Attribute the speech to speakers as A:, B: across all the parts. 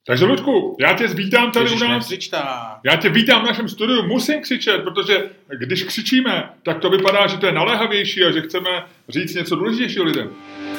A: Takže Luďku, já tě vítám tady u nás.
B: Já
A: tě vítám v našem studiu, musím křičet, protože když křičíme, tak to vypadá, že to je naléhavější a že chceme říct něco důležitějšího lidem.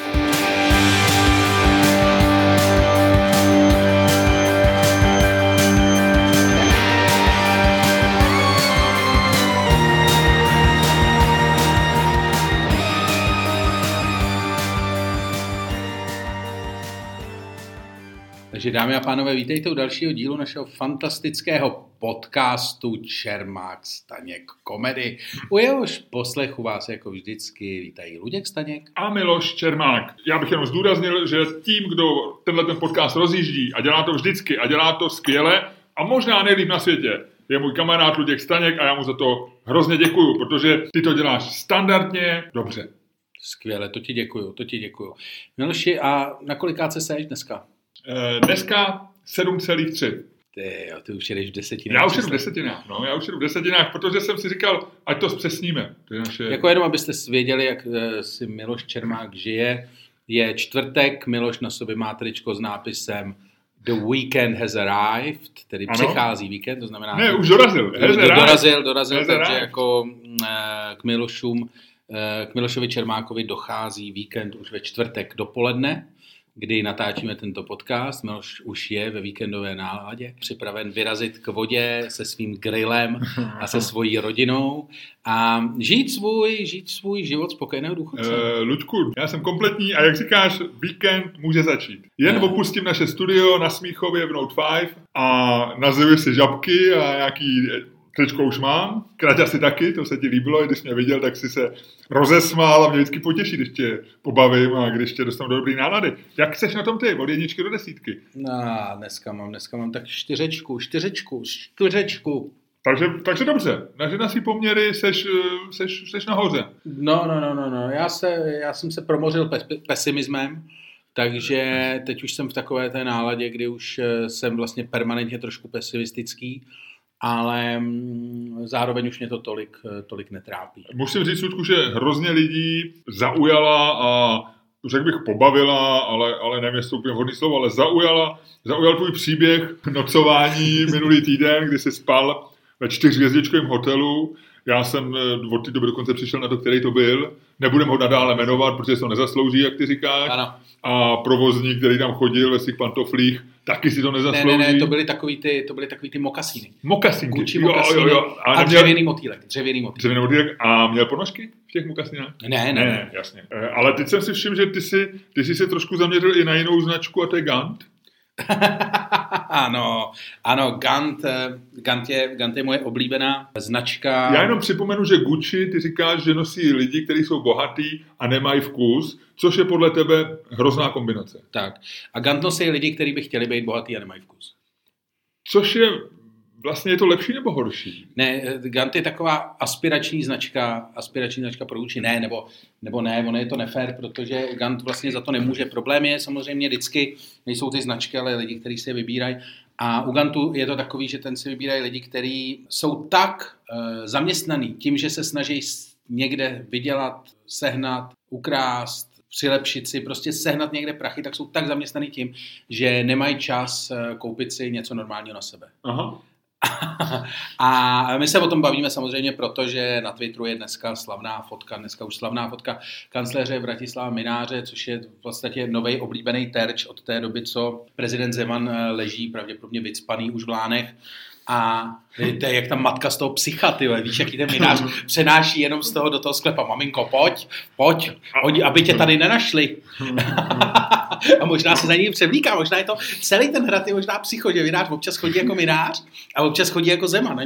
B: Takže dámy a pánové, vítejte u dalšího dílu našeho fantastického podcastu Čermák Staněk Komedy. U jehož poslechu vás jako vždycky vítají Luděk Staněk
A: a Miloš Čermák. Já bych jenom zdůraznil, že tím, kdo tenhle podcast rozjíždí a dělá to vždycky a dělá to skvěle a možná nejlíp na světě, je můj kamarád Luděk Staněk a já mu za to hrozně děkuju, protože ty to děláš standardně dobře.
B: Skvěle, to ti děkuju. Miloši, a na kolikáce seš dneska?
A: Dneska 7,3.
B: Ty už jedeš v desetinách.
A: Já už jedu v desetinách, protože jsem si říkal, ať to zpřesníme.
B: Jako jenom, abyste věděli, jak si Miloš Čermák žije. Je čtvrtek, Miloš na sobě má tričko s nápisem The weekend has arrived, tedy ano? Přichází víkend, to znamená...
A: Ne, už dorazil.
B: Dorazil, takže jako k Milošovi Čermákovi dochází víkend už ve čtvrtek dopoledne, kdy natáčíme tento podcast. Miloš už je ve víkendové náladě, připraven vyrazit k vodě se svým grillem a se svojí rodinou a žít svůj život spokojeného důchodce.
A: Luďku, já jsem kompletní a jak říkáš, víkend může začít. Jen opustím naše studio na Smíchově v Note 5 a nazvu si žabky a nějaký... Tričko už mám, Kraťa si taky, to se ti líbilo, když mě viděl, tak si se rozesmál a mě vždycky potěší, když tě pobavím a když tě dostanu do dobrý nálady. Jak seš na tom ty, od 1 do 10?
B: Dneska mám tak 4.
A: Takže dobře, na svý poměry seš nahoře.
B: No, já jsem se promořil pesimismem, takže teď už jsem v takové té náladě, kdy už jsem vlastně permanentně trošku pesimistický, ale zároveň už mě to tolik netrápí.
A: Musím říct, Sudku, že hrozně lidí zaujala a řekl bych pobavila, ale nevím, jestli to úplně vhodný slovo, ale zaujal tvůj příběh nocování minulý týden, kdy jsi spal ve 4hvězdičkovém hotelu. Já jsem od té doby dokonce přišel na to, který to byl. Nebudem ho nadále jmenovat, protože se to nezaslouží, jak ty říkáš.
B: Ano.
A: A provozník, který tam chodil ve svých pantoflích, taky si to nezaslouží.
B: Ne, to byly takový ty mokasíny.
A: Mokasínky.
B: Gucci mokasíny. A dřevěný motýlek.
A: A měl ponožky v těch mokasínách? Ne, jasně. Ale teď jsem si všiml, že ty jsi se trošku zaměřil i na jinou značku, a to je Gant.
B: Ano, Gant je moje oblíbená značka.
A: Já jenom připomenu, že Gucci, ty říkáš, že nosí lidi, kteří jsou bohatý a nemají vkus, což je podle tebe hrozná kombinace.
B: Tak. A Gant nosí lidi, kteří by chtěli být bohatý a nemají vkus.
A: Což je vlastně, je to lepší nebo horší?
B: Ne, Gant je taková aspirační značka pro Gucci. Nebo ne, ono je to nefér, protože Gant vlastně za to nemůže. Problém je samozřejmě vždycky, nejsou ty značky, ale lidi, kteří si je vybírají. A u Gantu je to takový, že ten si vybírají lidi, kteří jsou tak zaměstnaný tím, že se snaží někde vydělat, sehnat, ukrást, přilepšit si, prostě sehnat někde prachy, tak jsou tak zaměstnaný tím, že nemají čas koupit si něco normálního na sebe. Aha. A my se o tom bavíme samozřejmě, protože na Twitteru je dneska už slavná fotka kancléře Vratislava Mynáře, což je v podstatě novej oblíbený terč od té doby, co prezident Zeman leží pravděpodobně vycpaný už v lánech. A to je jak ta matka z toho psycha, tyhle. Víš, jaký ten Mynář přenáší jenom z toho do toho sklepa. Maminko, pojď, aby tě tady nenašli. A možná se za ní převlíká, možná je to celý ten hrad je možná psycho, že Mynář občas chodí jako Mynář a občas chodí jako Zeman.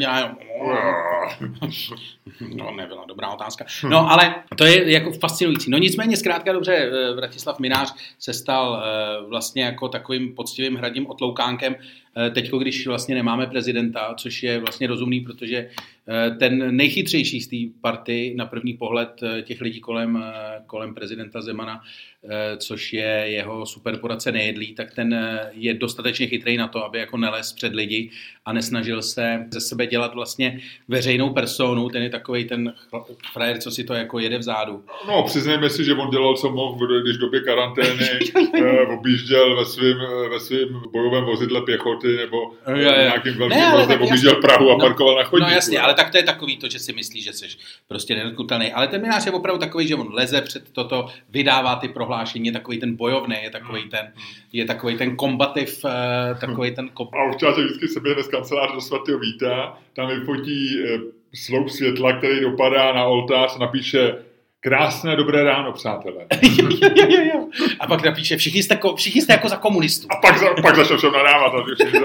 B: No, nebyla dobrá otázka. No, ale to je jako fascinující. No nicméně, zkrátka dobře, Vratislav Mynář se stal vlastně jako takovým poctivým hradním otloukánkem teďko, když vlastně nemáme prezidenta, což je vlastně rozumný, protože ten nejchytřejší z té party na první pohled těch lidí kolem prezidenta Zemana, což je jeho superporadce Nejedlý, tak ten je dostatečně chytrý na to, aby jako nelez před lidi a nesnažil se ze sebe dělat vlastně veřejnou personu. Ten je takovej ten frajer, co si to jako jede vzadu.
A: No, přiznejme si, že on dělal, co mohl, když v době karantény objížděl ve svým bojovém vozidle pěchoty nebo nějakým velkým vozem objížděl Prahu a parkoval na chodníku.
B: No jasně, ale tak to je takový to, že si myslí, že jsi prostě nedotknutelný. Ale ten Minář je opravdu takový, že on leze před toto, vydává ty prohlášení, je takový ten bojovný, je takový ten kombativ, takový ten
A: A už třeba, že vždycky se běhne z kanceláře do svatého Víta, tam vyfotí sloup světla, který dopadá na oltář a napíše krásné dobré ráno, přátelé.
B: Jo. A pak napíše, všichni jste jako za komunistů.
A: A pak začal všem nadávat.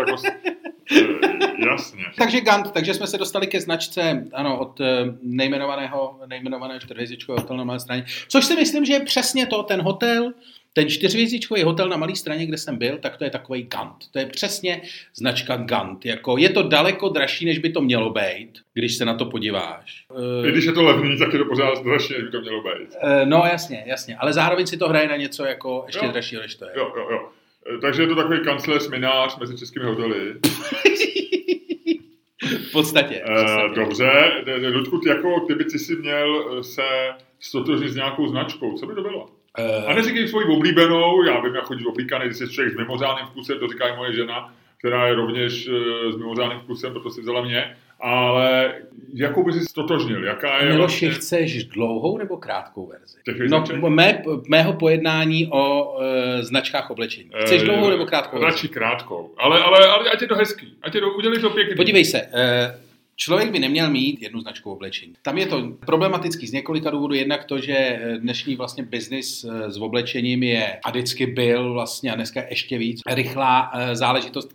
A: Jasně.
B: Takže Gant, takže jsme se dostali ke značce, ano, od nejmenovaného 4hvězdičkového hotelu na Malé Straně. Což si myslím, že je přesně to, ten hotel, ten 4hvězdičkový hotel na Malé Straně, kde jsem byl, tak to je takovej Gant. To je přesně značka Gant. Jako, je to daleko dražší, než by to mělo být, když se na to podíváš.
A: I když je to levný, tak je to pořád dražší, než by to mělo být.
B: No jasně. Ale zároveň si to hraje na něco jako ještě dražšího, než to je.
A: Jo. Takže je to takový kancléř minář mezi českými hotely.
B: V podstatě.
A: Dobře, dokud jako kdyby si měl se stotožnit s nějakou značkou, co by to bylo? A neříkej svoji oblíbenou, já vím, jak chodíš oblíkaný, když jsi člověk s mimořádným vkusem, to říká i moje žena, která je rovněž s mimořádným vkusem, proto si vzala mě, ale jakou by si stotožnil? Jaká je
B: Miloši, vlastně... chceš dlouhou nebo krátkou verzi?
A: No,
B: mého pojednání o značkách oblečení. Chceš dlouhou nebo krátkou verzi?
A: Radši krátkou, ale ať je to hezký, udělej to pěkný.
B: Podívej se, člověk by neměl mít jednu značku oblečení. Tam je to problematický z několika důvodů. Jednak to, že dnešní vlastně biznis s oblečením je a vždycky byl vlastně a dneska ještě víc rychlá záležitost,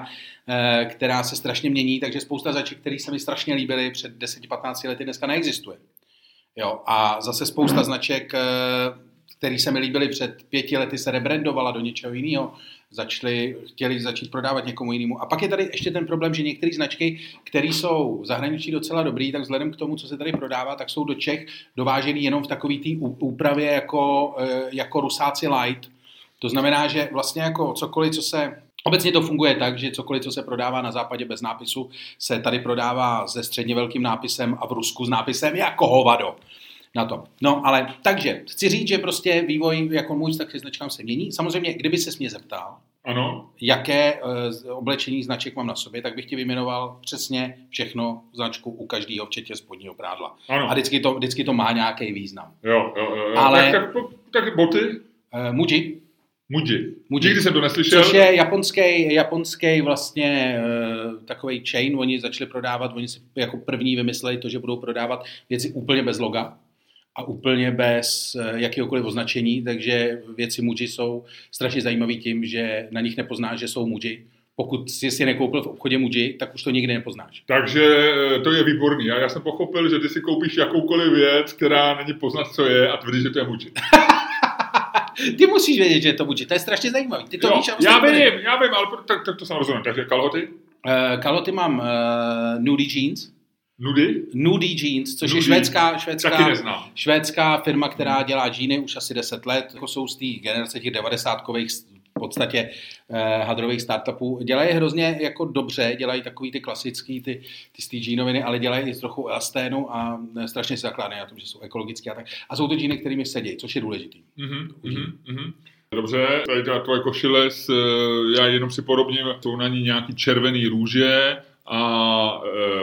B: která se strašně mění, takže spousta značek, které se mi strašně líbily před 10-15 lety, dneska neexistuje. Jo, a zase spousta značek, které se mi líbily před 5 lety, se rebrandovala do něčeho jiného. Chtěli začít prodávat někomu jinému. A pak je tady ještě ten problém, že některé značky, které jsou v zahraničí docela dobrý, tak vzhledem k tomu, co se tady prodává, tak jsou do Čech dovážený jenom v takové té úpravě jako Rusáci light. To znamená, že vlastně jako cokoliv, co se... Obecně to funguje tak, že cokoliv, co se prodává na západě bez nápisu, se tady prodává se středně velkým nápisem a v Rusku s nápisem jako hovado. Na to. No, ale takže chci říct, že prostě vývoj jako můj tak značkám se mění. Samozřejmě, kdyby ses mě zeptal,
A: ano,
B: jaké oblečení značek mám na sobě, tak bych ti vyjmenoval přesně všechno značku u každého, včetně spodního prádla.
A: Ano.
B: A vždycky to má nějaký význam.
A: Jo.
B: Ale...
A: Tak boty?
B: Muji.
A: Nikdy jsem to neslyšel.
B: Což je japonský vlastně takovej chain, oni začali prodávat, oni si jako první vymysleli to, že budou prodávat věci úplně bez loga a úplně bez jakéhokoliv označení, takže věci Muji jsou strašně zajímavý tím, že na nich nepoznáš, že jsou Muji. Pokud jsi si nekoupil v obchodě Muji, tak už to nikdy nepoznáš.
A: Takže to je výborný. Já jsem pochopil, že ty si koupíš jakoukoliv věc, která není poznat, co je a tvrdíš, že to je Muji.
B: Ty musíš vědět, že je to Muji. To je strašně zajímavý. Ty to víš,
A: já vím, ale tak to jsem rozumím. Takže kalhoty?
B: Kalhoty mám Nudie Jeans. Nudie Jeans, což je švédská firma, která dělá džíny už asi 10 let. Jako jsou z té generace těch 90kových v podstatě hadrových startupů. Dělají hrozně jako dobře, dělají takový ty klasický, ty džínoviny, ale dělají i s trochu elasténu a strašně se zakládají na tom, že jsou ekologické a tak. A jsou to džíny, kterými sedějí, což je důležitý.
A: Dobře, tady ta tvoje košile, já jenom připodobním, jsou na ní nějaký červený růže a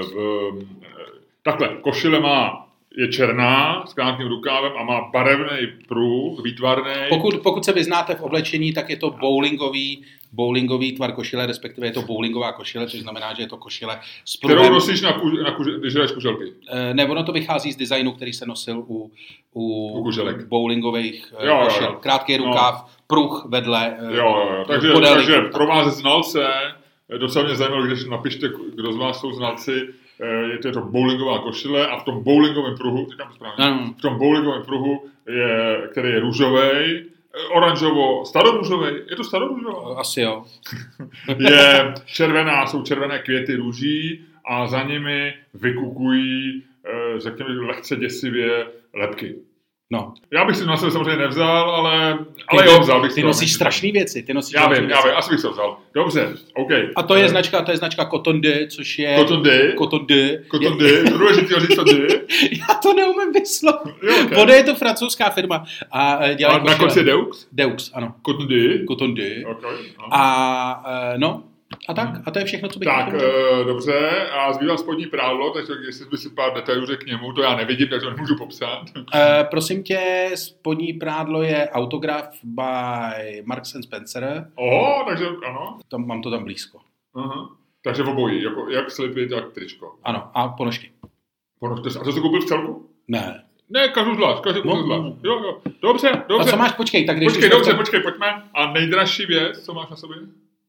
A: takhle, košile je černá s krátkým rukávem a má barevný pruh, výtvarný.
B: Pokud se vyznáte v oblečení, tak je to bowlingový tvar košile, respektive je to bowlingová košile, což znamená, že je to košile s pruhem.
A: Kterou nosíš když jdeš kuželky?
B: Ne, ono to vychází z designu, který se nosil u bowlingových košil.
A: Jo.
B: Krátký rukáv, pruh vedle.
A: Jo. Takže pro vás znalce, docela mě zajímalo, když napište, kdo z vás jsou znalci, je to bowlingová košile a v tom bowlingovém pruhu, říkám to správně, v tom bowlingovém pruhu, který je růžovej, oranžovo, starorůžovej, je to starorůžová?
B: Asi jo.
A: Jsou červené květy růží a za nimi vykukují, řekněme, lehce děsivě lebky.
B: No.
A: Já bych si na sebe samozřejmě nevzal, ale vzal bych si.
B: Ty nosíš strašný věci.
A: Já vím, asi bych se vzal. Dobře, OK.
B: A to je značka Cotton D, což je...
A: Cotton D. Důležitý říct to D.
B: Já to neumím vyslovit. Okay. Je to francouzská firma. A dělají
A: na konci je Deux?
B: Deux, ano.
A: Cotton D. Okay. No.
B: A to je všechno, co bych...
A: Tak, dobře, a zbývá spodní prádlo, takže jestli by si pár detailů řekl k němu, to já nevidím, takže to nemůžu popsat.
B: Prosím tě, spodní prádlo je Autograph by Marks and Spencer.
A: Takže ano.
B: Mám to tam blízko.
A: Takže v obojí, jako, jak slipy, tak tričko.
B: Ano, a ponožky.
A: A to jsi koupil v celku?
B: Ne.
A: Ne, každou zvlášť. Jo. Dobře.
B: A co máš, počkej,
A: pojďme. A nejdražší věc, co máš na sobě?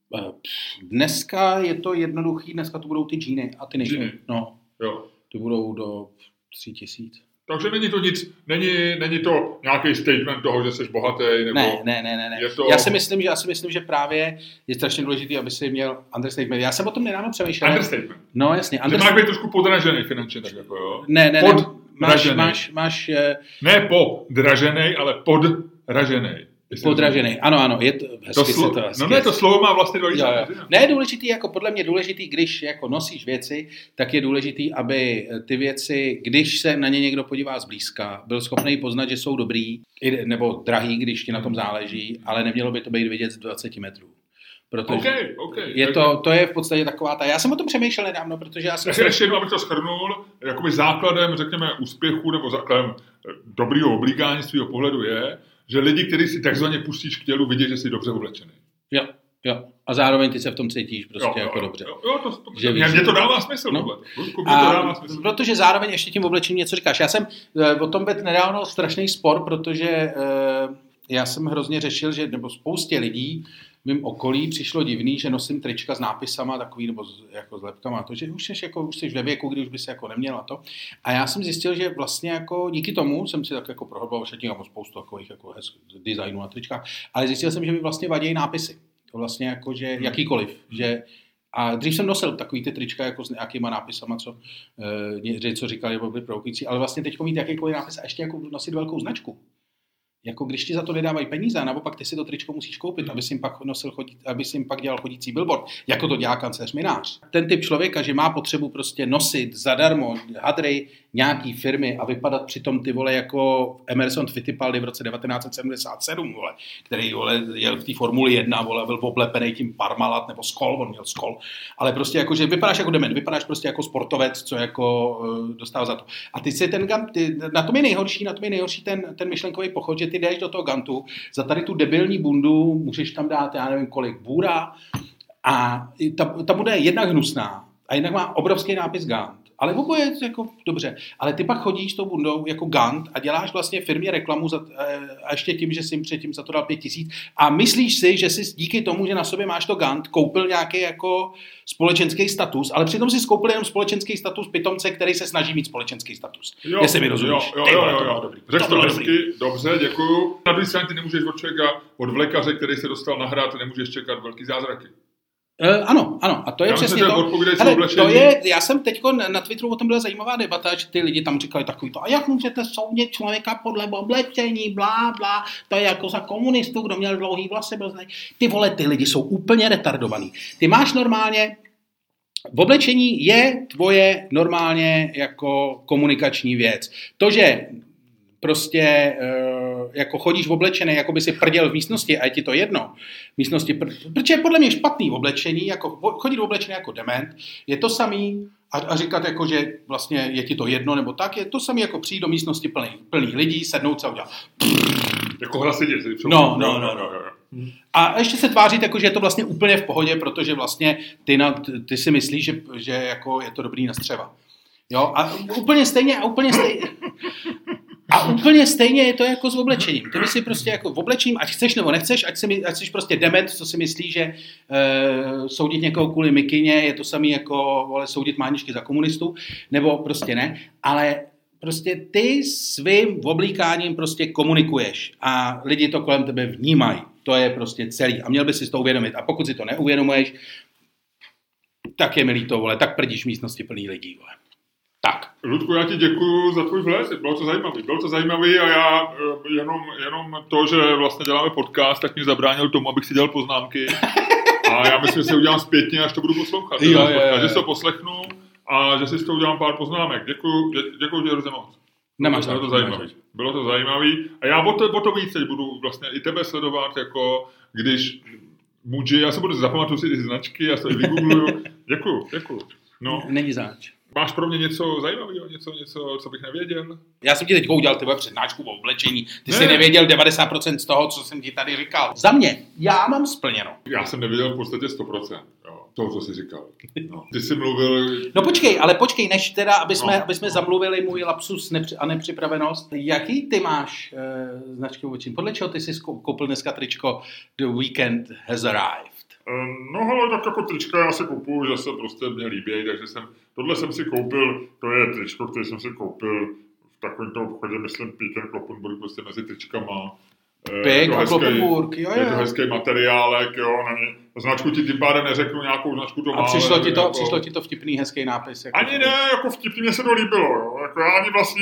B: Dneska je to jednoduchý, dneska to budou ty džíny a ty nejsou. No.
A: Jo.
B: Ty budou do 3000.
A: Takže není to nic, není to nějaký statement toho, že jsi bohatý, nebo...
B: Ne. Já si myslím, že právě je strašně důležitý, aby si měl understatement. Já jsem o tom nedávno přemýšlel.
A: Understatement?
B: No, jasně.
A: Že máš být trošku podražený finančně, tak jako jo?
B: Ne. Máš...
A: Ne podražený, ale podražený.
B: Podražený, ano, je to hezky
A: to slovo má vlastně dva významy.
B: Ne, důležitý, jako podle mě důležitý, když jako nosíš věci, tak je důležitý, aby ty věci, když se na ně někdo podívá zblízka, byl schopný poznat, že jsou dobrý, nebo drahý, když ti na tom záleží, ale nemělo by to být vidět z 20 metrů. Protože to je v podstatě taková ta... Já jsem o tom přemýšlel nedávno, protože já jsem...
A: Ještě jednou, abych to shrnul, jakoby základem, řekněme, úspěchu nebo základem dobrýho oblíkání svého pohledu je, že lidi, kteří si takzvaně pustíš k tělu, vidí, že jsi dobře oblečený.
B: Jo. A zároveň ty se v tom cítíš prostě dobře.
A: Mně to dává smysl.
B: No. Protože zároveň ještě tím oblečením něco říkáš. Já jsem o tom vedl nedávno strašný spor, protože já jsem hrozně řešil, že nebo spoustě lidí v mém okolí přišlo divný, že nosím trička s nápisama takový, nebo jako s lepkama, to, že už jsi ve věku, kdy už bys jako neměl a to. A já jsem zjistil, že vlastně jako díky tomu jsem si tak jako prohlboval šatník a spoustu takových jako designů na tričkách, ale zjistil jsem, že mi vlastně vadí nápisy. To vlastně jako, že jakýkoliv, že a dřív jsem nosil takový ty trička jako s nějakýma nápisama, co říkali, byly provokující, ale vlastně teď mít jakýkoliv nápis a ještě jako nosit velkou značku. Jako když ti za to nedávají peníze, a naopak ty si to tričko musíš koupit, aby si jim pak dělal chodící billboard, jako to dělá kancléř Mynář. Ten typ člověka, že má potřebu prostě nosit zadarmo hadry nějaký firmy a vypadat přitom ty vole jako Emerson Fittipaldi v roce 1977, vole, který vole, jel v té Formuli 1, vole, byl oblepený tím Parmalat nebo Skol, on měl Skol, ale prostě jako, že vypadáš jako dement, vypadáš prostě jako sportovec, co jako dostal za to. A ty si na tom je nejhorší ten myšlenkový pochod, že ty jdeš do toho Gantu, za tady tu debilní bundu můžeš tam dát, já nevím kolik, bůra a ta bude jednak hnusná a jednak má obrovský nápis Gant. Ale oboje jako dobře. Ale ty pak chodíš s tou bundou jako Gant a děláš vlastně firmě reklamu a ještě tím, že jsi jim předtím za to dal 5000 a myslíš si, že jsi díky tomu, že na sobě máš to Gant, koupil nějaký jako společenský status, ale přitom si koupil jenom společenský status pitomce, který se snaží mít společenský status. Jestli mi rozumíš.
A: Jo. Řekl to hezky, dobře, děkuju. Na druhé straně ty nemůžeš od člověka, od vlekaře, který se dostal na hrad, nemůžeš čekat velký zázraky.
B: Ano, a to je přesně to. Já jsem teďko na Twitteru, o tom byla zajímavá debata, že ty lidi tam říkali takový to, a jak můžete soudit člověka podle oblečení, blá, to je jako za komunistů, kdo měl dlouhý vlasy, ty vole, ty lidi jsou úplně retardovaný. Ty máš normálně, v oblečení je tvoje normálně jako komunikační věc. To, že prostě jako chodíš v oblečený, jako by si prděl v místnosti a je ti to jedno. Protože podle mě špatný v oblečení, jako chodit v oblečený jako dement, je to samý a říkat jako, že vlastně je ti to jedno nebo tak, je to samý jako přijít do místnosti plný lidí, sednout se a udělat.
A: Jako hlasitě.
B: No. A ještě se tvářit, jako, že je to vlastně úplně v pohodě, protože vlastně ty si myslíš, že jako je to dobrý na střeva. Jo, a úplně stejně. A úplně stejně je to jako s oblečením. Ty by si prostě jako v oblečením, ať chceš nebo nechceš, ať jsi prostě dement, co si myslí, že soudit někoho kvůli mikině je to samý jako soudit máničky za komunistů, nebo prostě ne, ale prostě ty svým oblíkáním prostě komunikuješ a lidi to kolem tebe vnímají. To je prostě celý a měl by si to uvědomit. A pokud si to neuvědomuješ, Tak je mi líto, vole, tak prdíš místnosti plný lidí, vole. Tak.
A: Ludku, já ti děkuju za tvůj vhled, bylo to zajímavý a já jenom to, že vlastně děláme podcast, tak mě zabránil tomu, abych si dělal poznámky a já myslím, že si udělám zpětně, až to budu poslouchat.
B: Jo.
A: Že si to poslechnu a že si s toho udělám pár poznámek. Děkuju ti hrozně moc. Bylo to zajímavý a já o to víc teď budu vlastně i tebe sledovat, jako když Muji, já se budu zapamatuju si ty značky, já se to vygoogluju. Děkuju. No.
B: Není zač.
A: Máš pro mě něco zajímavého, něco, co bych nevěděl?
B: Já jsem ti teď udělal tvoje přednášku o oblečení. Ty jsi nevěděl 90% z toho, co jsem ti tady říkal. Za mě, já mám splněno.
A: Já jsem nevěděl v podstatě 100%. Jo, toho, co jsi říkal. No. Ty jsi mluvil...
B: No počkej, než teda, aby jsme zamluvili můj lapsus a nepřipravenost. Jaký ty máš značky oblečení? Podle čeho ty jsi koupil dneska tričko The Weekend Has Arrived?
A: No hele, tak jako trička já si kupuju, že se prostě mě líbí, takže tohle jsem si koupil, to je tričko, které jsem si koupil v takovémto obchodě, myslím, Peek & Cloppenburg, prostě mezi tričkama.
B: Peek & Cloppenburg, jo.
A: Je to hezký materiálek, jo, na ně. Značku ti tím pádem neřeknu, nějakou značku to má.
B: A přišlo ti to vtipný, hezký nápis? Jako
A: ani ne, jako vtipný, mně se to líbilo, jo. Jako já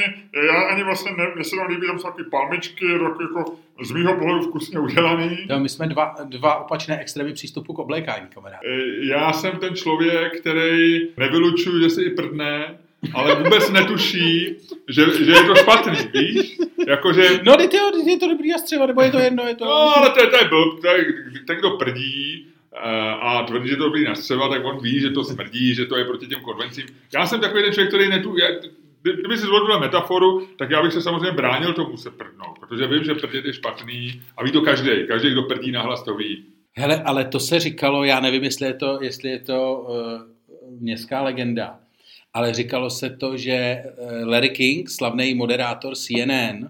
A: ani vlastně mně se to líbí, tam jsou taky palmičky, jako z mýho pohledu vkusně udělaný.
B: Jo, my jsme dva opačné extrémy přístupu k oblékání, kamarád.
A: Já jsem ten člověk, který nevylučuje, že si i prdne, ale vůbec netuší, že je to špatný, víš? Jakože...
B: No, je to dobrý a střeva, nebo je to jedno, je to...
A: No, ale to je blb, ten, kdo prdí a tvrdí, že to dobrý na střeva, tak on ví, že to smrdí, že to je proti těm konvencím. Já jsem takový ten člověk, který kdyby si zvolil metaforu, tak já bych se samozřejmě bránil tomu se prdnout, protože vím, že prdět je špatný a ví to každý, kdo prdí nahlas, to ví.
B: Hele, ale to se říkalo, já nevím, jestli je to městská legenda, ale říkalo se to, že Larry King, slavný moderátor CNN,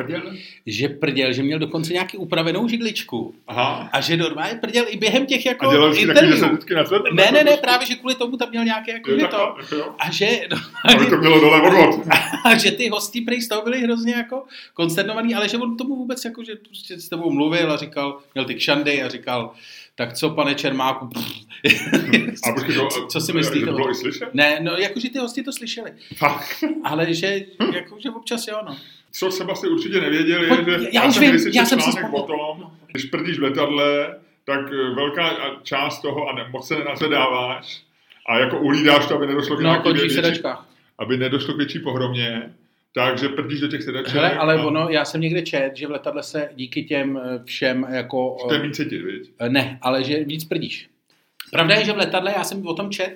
B: že prděl, že měl dokonce nějaký upravenou židličku.
A: Aha.
B: A že normálně prděl i během těch jako
A: interview. A dělal si vždycky na svět?
B: Ne, právě, že kvůli tomu tam měl nějaké jako to. A že...
A: Aby to mělo dole odvod.
B: A že ty hosti prej z toho byli hrozně jako konsternovaný, ale že on tomu vůbec jako, že prostě s tebou mluvil a říkal, měl ty kšandy a říkal, tak co, pane Čermáku? Co si myslíte?
A: To bylo i slyšet?
B: Ne, no jakože ty hosti to slyšeli.
A: Fakt?
B: Ale že, jakože občas jo, no.
A: Co jsem asi určitě nevěděl, je, že já jsem si článek o tom, když prdíš v letadle, tak velká část toho, a moc se nenazvedáváš, a jako uhlídáš to, aby nedošlo k větší pohromě, takže prdíš do těch sedaček.
B: Hele, ale já jsem někde čet, že v letadle se díky těm všem jako...
A: To je víc cítit, viď?
B: Ne, ale že víc prdíš. Pravda je, že v letadle, já jsem o tom čet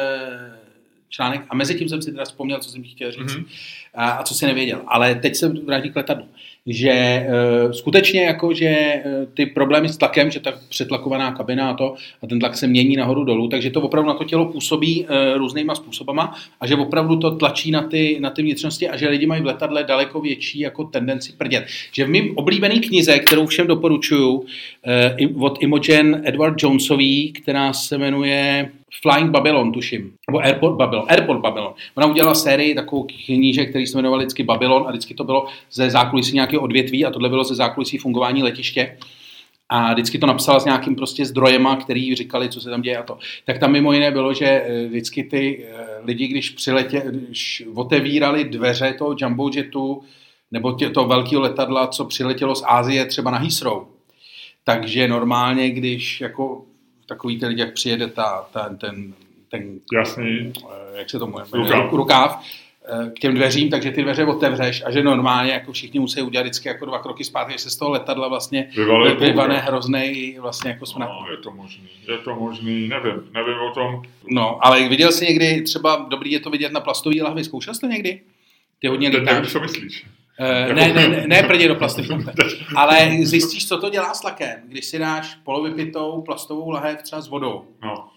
B: článek a mezi tím jsem si teda vzpomněl, co jsem ti chtěl říct a co si nevěděl. Ale teď se vrátím k letadlu. Že skutečně jako, že ty problémy s tlakem, že ta přetlakovaná kabina a ten tlak se mění nahoru dolů, takže to opravdu na to tělo působí různýma způsobama a že opravdu to tlačí na ty vnitřnosti a že lidi mají v letadle daleko větší jako tendenci prdět. Že v mým oblíbený knize, kterou všem doporučuju, od Imogen Edward Jonesový, která se jmenuje Flying Babylon, tuším, nebo Airport Babylon. Ona udělala sérii takovou knížek, který se jmenoval vždycky Babylon a vždycky to bylo ze zákulisí nějakého odvětví a tohle bylo ze zákulisí fungování letiště. A vždycky to napsala s nějakým prostě zdrojema, který říkali, co se tam děje a to. Tak tam mimo jiné bylo, že vždycky ty lidi, když otevírali dveře toho jumbo jetu nebo toho velkého letadla, co přiletělo z Asie třeba na Heathrow, takže normálně, když jako takový ten lidi, jak přijede ten
A: jasný,
B: jak se tomu rukáv k těm dveřím, takže ty dveře otevřeš a že normálně jako všichni musí udělat vždycky jako 2 kroky zpátky, že se z toho letadla vlastně vyvane hroznej vlastně jako smrad.
A: No, je to možný, nevím o tom.
B: No, ale viděl jsi někdy, třeba dobrý je to vidět na plastové lahvi, zkoušel jsi to někdy? Ty hodně lítáš.
A: Co myslíš?
B: Ne prdě do plastové lahve. Ale zjistíš, co to dělá s tlakem, když si dáš polovypitou plastovou lahev třeba s vodou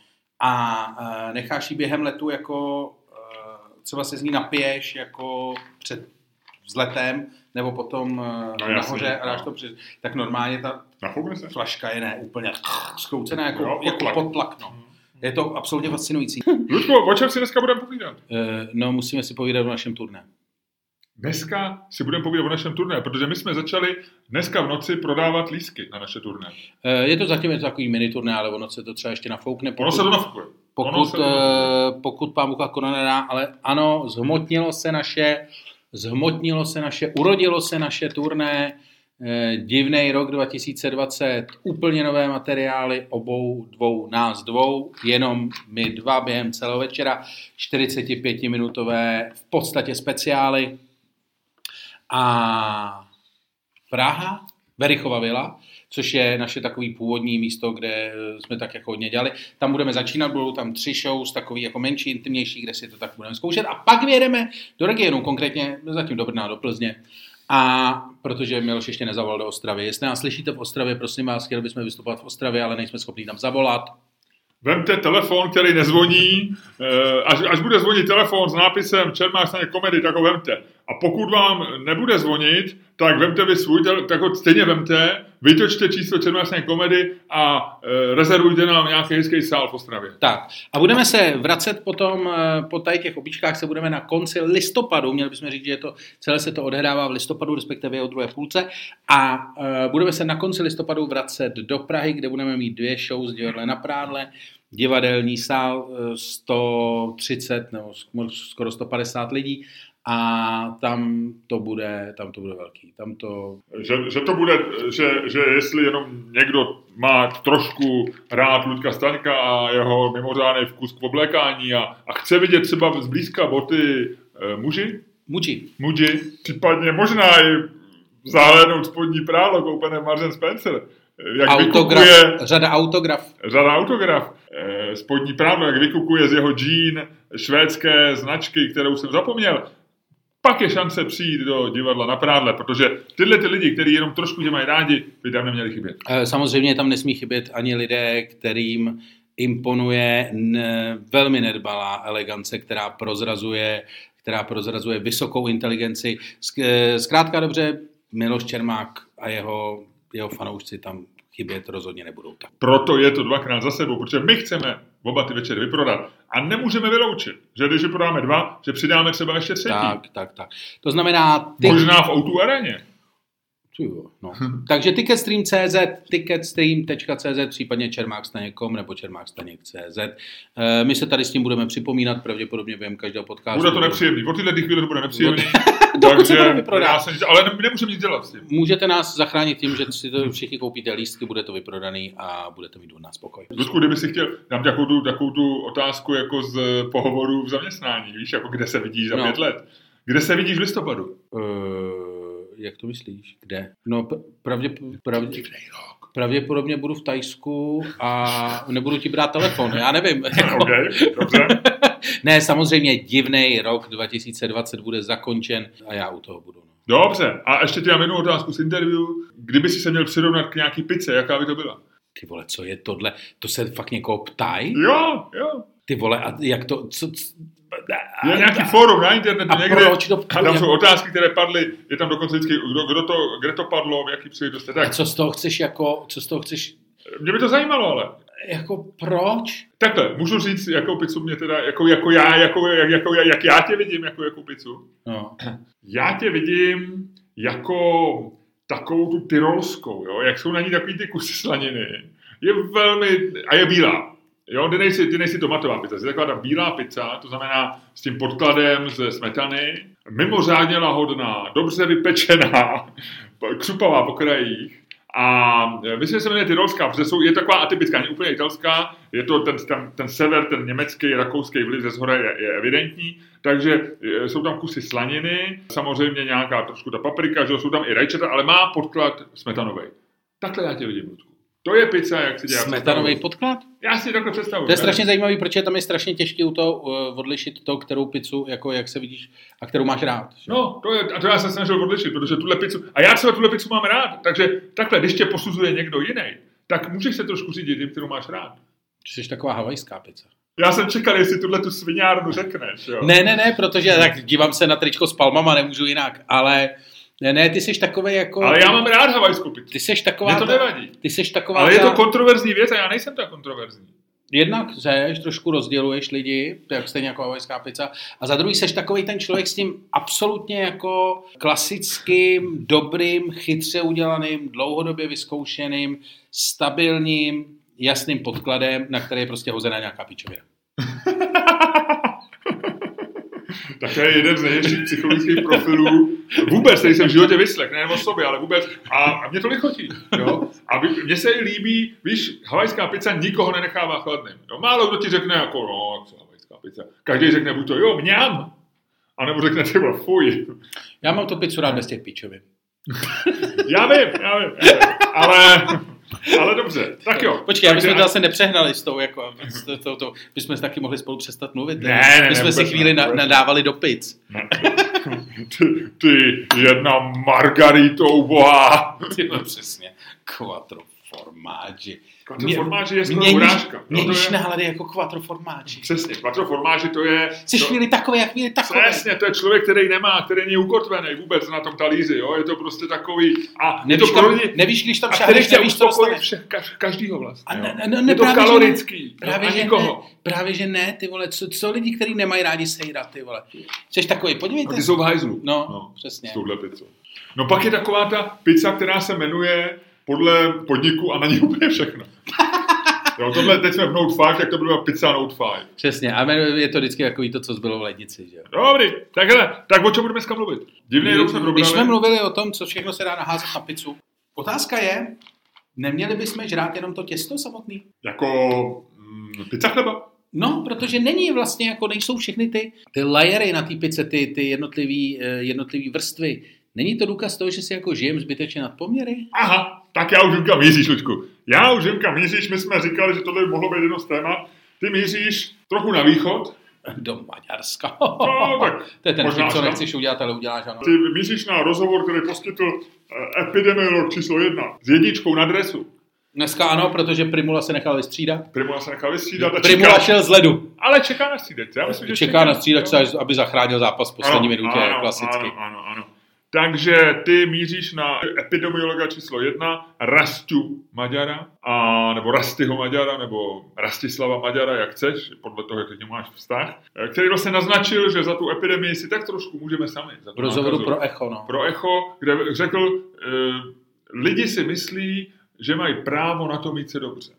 B: a necháš ji během letu jako třeba se z ní napiješ jako před vzletem nebo potom nahoře a dáš to tak normálně ta flaška je úplně zkroucená jako pod tlak. No. Je to absolutně fascinující.
A: Ludku, o čem si dneska budeme povídat?
B: No, musíme si povídat o našem turné.
A: Dneska si budeme povídat o našem turné, protože my jsme začali dneska v noci prodávat lístky na naše turné.
B: Je to zatím takový mini turné, ale ono se to třeba ještě nafoukne.
A: Ono se to nafukuje.
B: pokud pán Bůh jako nedá, ale ano, zhmotnilo se naše, urodilo se naše turné, divnej rok 2020, úplně nové materiály nás dvou, jenom my dva během celého večera, 45-minutové v podstatě speciály. A Praha, Verichova vila, což je naše takový původní místo, kde jsme tak jako hodně dělali. Tam budeme začínat, budou tam 3 shows, takový jako menší, intimnější, kde si to tak budeme zkoušet. A pak vyjedeme do regionu, konkrétně zatím do Brna, do Plzně. A protože Miloš ještě nezavolal do Ostravy. Jestli nás slyšíte v Ostravě, prosím vás, chtěli bychom vystupovat v Ostravě, ale nejsme schopni tam zavolat.
A: Vemte telefon, který nezvoní, až bude zvonit telefon s nápisem Čermák Staněk Komedy, tak ho vemte. A pokud vám nebude zvonit, tak vemte vy svůj telefon, tak ho stejně vemte, vytočte číslo Čermák Staněk Komedy a rezervujte nám nějaký hezký sál v Ostravě.
B: Tak a budeme se vracet potom, po tady těch opičkách se budeme na konci listopadu, měli bychom říct, že celé se to odehrává v listopadu, respektive jeho druhé půlce a budeme se na konci listopadu vracet do Prahy, kde budeme mít 2 shows Divadle na Prádle, divadelní sál 130 nebo skoro 150 lidí a tam to bude velký.
A: Že to bude, že jestli jenom někdo má trošku rád Luďka Staňka a jeho mimořádný vkus k oblékání a chce vidět třeba zblízka boty muži, případně možná i zahlédnout spodní prádlo koupené Marks & Spencer.
B: Řada autograf.
A: Spodní prádlo, jak vykukuje z jeho džín švédské značky, kterou jsem zapomněl. Pak je šance přijít do Divadla na Prádle, protože tyhle ty lidi, kteří jenom trošku tě mají rádi, by tam neměli chybět.
B: Samozřejmě tam nesmí chybět ani lidé, kterým imponuje velmi nedbalá elegance, která prozrazuje vysokou inteligenci. Zkrátka dobře, Miloš Čermák a jeho fanoušci tam chybět rozhodně nebudou. Tak.
A: Proto je to 2krát za sebou, protože my chceme oba ty večery vyprodat a nemůžeme vyloučit, že když vyprodáme 2, že přidáme třeba ještě 3.
B: Tak. To znamená...
A: Možná v O2 aréně.
B: No. Takže ticketstream.cz, případně čermákstaněk.com nebo čermákstaněk.cz. My se tady s tím budeme připomínat pravděpodobně během každého podcastu.
A: Bude to nepříjemný. Od tyhle chvíle to bude nepříjemný. Ale nemůžeme nic dělat s tím.
B: Můžete nás zachránit tím, že si to všichni koupíte lístky, bude to vyprodaný a budete mít od nás spokoj.
A: Ludku, kdyby si chtěl, dám takovou tu otázku jako z pohovoru v zaměstnání, víš, jako kde se vidíš za 5 let. Kde se vidíš v listopadu?
B: Jak to myslíš? Kde? No pravděpodobně budu v Thajsku a nebudu ti brát telefon, já nevím.
A: Okay, dobře.
B: Ne, samozřejmě divnej rok 2020 bude zakončen a já u toho budu.
A: Dobře, a ještě ti mám jednu otázku z interview. Kdyby si se měl přirovnat k nějaký pice, jaká by to byla?
B: Ty vole, co je tohle? To se fakt někoho ptají?
A: Jo.
B: Ty vole, a jak to...
A: Je nějaký fórum na internetu někde
B: a
A: tam jsou otázky, které padly, je tam dokonce vždycky, kde to padlo, v jaký příležitosti.
B: Tak. A co z toho chceš?
A: Mě by to zajímalo, ale.
B: Jako proč?
A: Takhle, můžu říct, jakou pizzu mě teda, jak já tě vidím, jakou pizzu?
B: No.
A: Já tě vidím jako takovou tu tyrolskou, jo, jak jsou na ní takový ty kusy slaniny. Je velmi, a je bílá. Jo, ty nejsi tomatová pizza, je taková ta bílá pizza, to znamená s tím podkladem ze smetany, mimořádně lahodná, dobře vypečená, křupavá po krajích a myslím, že se jmenuje tyrolská, protože je taková atypická, není úplně italská, je to ten sever, ten německý, rakouský vliv ze shora je evidentní, takže jsou tam kusy slaniny, samozřejmě nějaká trošku ta paprika, že jsou tam i rajčata, ale má podklad smetanový. Takhle já tě vidím, Ludku. To je pizza, jak se dělá.
B: Smetanový podklad?
A: Já si takhle představuji.
B: To je strašně zajímavý, protože tam je strašně těžké u toho odlišit to, kterou pizzu, jako jak se vidíš a kterou máš rád. Že?
A: No, to já se snažil odlišit, protože tuhle pizzu, a já třeba tuhle pizzu mám rád, takže takhle, když tě posuzuje někdo jiný, tak můžeš se trošku řídit tím, kterou máš rád.
B: Jsi taková havajská pizza.
A: Já jsem čekal, jestli tu sviňárnu řekneš, jo.
B: Ne, protože tak dívám se na tričko s palmama, nemůžu jinak, ale... Ne, ty jsi takovej jako...
A: Ale já mám rád havajskou pizzu.
B: Ty jsi taková...
A: Mně to nevadí.
B: Ty jsi taková...
A: Ale je to kontroverzní věc a já nejsem tak kontroverzní.
B: Jednak trošku rozděluješ lidi, jak stejně jako havajská pizza, a za druhý seš takovej ten člověk s tím absolutně jako klasickým, dobrým, chytře udělaným, dlouhodobě vyzkoušeným, stabilním, jasným podkladem, na který je prostě hozená nějaká pičovina.
A: Tak to je jeden z nejlepších psychologických profilů. Vůbec, který jsem v životě vyslech, nejen o sobě, ale vůbec. A mě to nechotí. Jo? A mně se jí líbí, víš, havajská pizza nikoho nenechává chladným. Jo? Málo kdo ti řekne jako, no, co havajská pizza. Každý řekne buď to, jo, mňam. A nebo řekne třeba, fuj.
B: Já mám tu pizzu rád bez těch píčovin.
A: Já vím. Ale dobře, tak jo.
B: Počkej, my jsme to zase nepřehnali s tou, jako, my jsme taky mohli spolu přestat mluvit.
A: Ne,
B: my jsme si chvíli nadávali do pizz.
A: Ty jedna margaritou, boha.
B: Ty přesně, quattro formaggi.
A: Quattro formaggi je skoro urážka.
B: Měníš nálady jako quattro formaggi.
A: Přesně, quattro formaggi to je...
B: Jsi chvíli takový, jak chvíli takový.
A: Přesně, to je člověk, který není ukotvený vůbec na tom talíři, jo? Je to prostě takový... A
B: nevíš, když tam šáhneš, nevíš, co dostane.
A: Každýho vlastně,
B: je
A: to kalorický.
B: Právě, že ne, ty vole, co lidi, kteří nemají rádi sejrat, ty vole. Jsi takový, podívejte.
A: Ty jsou v hajzlu.
B: No, přesně.
A: S touhle pizzou. No pak je taková ta pizza, která se jmenuje podle podniku a na ní úplně všechno. Jo, tohle, teď jsme v Note 5, jak to byla pizza Note 5.
B: Přesně, a je to vždycky takový to, co zbylo v lednici, že jo.
A: Dobrý, tak o čem budeme dneska mluvit? Divný rok jsme probrali.
B: Když jsme mluvili o tom, co všechno se dá naházet na pizzu, otázka je, neměli bychom žrát jenom to těsto samotný?
A: Jako pizza chleba?
B: No, protože není vlastně, jako nejsou všechny ty layery na té pizze, ty jednotlivý vrstvy. Není to důkaz toho, že si jako žijem zbytečně nad poměry?
A: Aha, tak já už vím, kam míříš, Luďku. Já už vím, kam míříš, my jsme říkali, že tohle by mohlo být jedno z témat. Ty míříš trochu na východ.
B: Do Maďarska.
A: No, tak
B: to je ten vtip, co nechceš udělat, ale uděláš, ano.
A: Ty míříš na rozhovor, který poskytl epidemiolog číslo 1 s jedničkou na dresu.
B: Dneska ano, protože Primula se nechal vystřídat.
A: Primula
B: šel z ledu.
A: Ale čeká na střídačce.
B: Čeká na střídačce, aby zachránil zápas v poslední minutě, klasicky.
A: Ano. Takže ty míříš na epidemiologa číslo 1, Rastu Maďara, nebo Rastyho Maďara, nebo Rastislava Maďara, jak chceš, podle toho, jak k němu máš vztah, který vlastně naznačil, že za tu epidemii si tak trošku můžeme sami.
B: V rozhovoru pro Echo, no.
A: Pro Echo, kde řekl, lidi si myslí, že mají právo na to mít se dobře.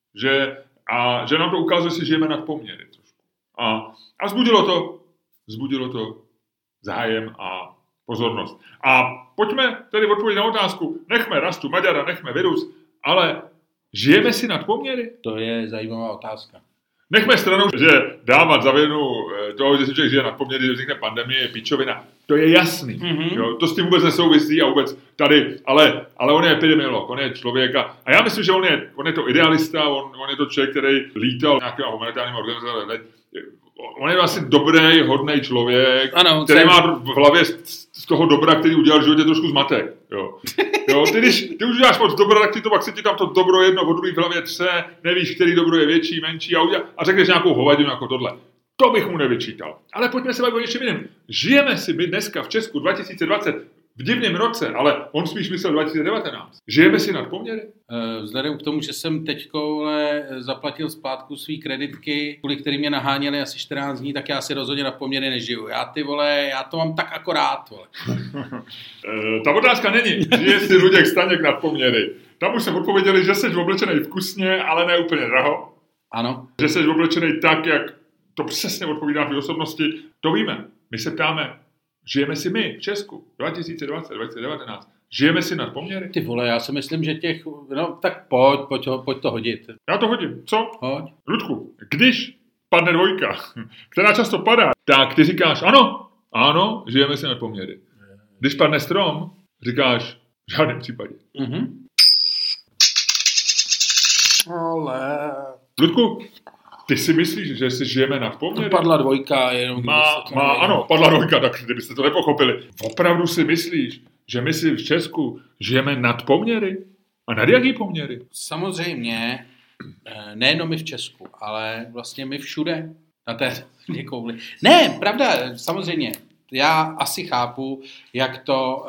A: Že nám to ukazuje, že si žijeme nad poměry trošku. A vzbudilo to zájem a pozornost. A pojďme tedy odpovědět na otázku. Nechme Rastu Maďara, nechme virus, ale žijeme si nad poměry?
B: To je zajímavá otázka.
A: Nechme stranou, že dávat za vinu toho, že si člověk žije nad poměry, že vznikne pandemie, je pičovina. To je jasný. Mm-hmm. Jo? To s tím vůbec nesouvisí a vůbec tady, ale on je epidemiolog, on je člověk a já myslím, že on je to idealista, on je to člověk, který lítal nějakým humanitárním organizacím. On je vlastně dobrý, hodnej člověk, ano, který má v hlavě z toho dobra, který udělal v životě trošku zmatek. Jo, ty už uděláš moc dobra, tak pak se ti tam to dobro jedno od druhý v hlavě tře, nevíš, který dobro je větší, menší a řekneš nějakou hovadinu jako tohle. To bych mu nevyčítal. Ale pojďme se bavit o něčem jiném. Žijeme si my dneska v Česku 2020 v divném roce, ale on spíš myslel 2019. Žijeme si nad poměry?
B: Vzhledem k tomu, že jsem teďko zaplatil zpátku svý kreditky, kvůli kterým mě naháněli asi 14 dní, tak já si rozhodně nad poměry nežiju. Já to mám tak akorát, vole.
A: Ta otázka není, žije si Luděk Staněk nad poměry. Tam už jsem odpověděli, že jsi oblečený vkusně, ale ne úplně draho.
B: Ano.
A: Že jsi oblečený tak, jak to přesně odpovídá tvý osobnosti. To víme. My se ptáme, žijeme si my v Česku 2020, 2019. Žijeme si nad poměry?
B: Ty vole, já si myslím, že tak pojď to hodit.
A: Já to hodím. Co?
B: Hoď.
A: Ludku, když padne dvojka, která často padá, tak ty říkáš ano, žijeme si nad poměry. Když padne strom, říkáš v žádném případě.
B: Mhm. Ale...
A: Ludku, ty si myslíš, že si žijeme nad poměry?
B: Padla dvojka, jenom...
A: Ano, padla dvojka, tak kdybyste to nepochopili. Opravdu si myslíš, že my si v Česku žijeme nad poměry? A nad jaký poměry?
B: Samozřejmě, nejenom my v Česku, ale vlastně my všude na té kouli. Ne, pravda, samozřejmě. Já asi chápu, jak to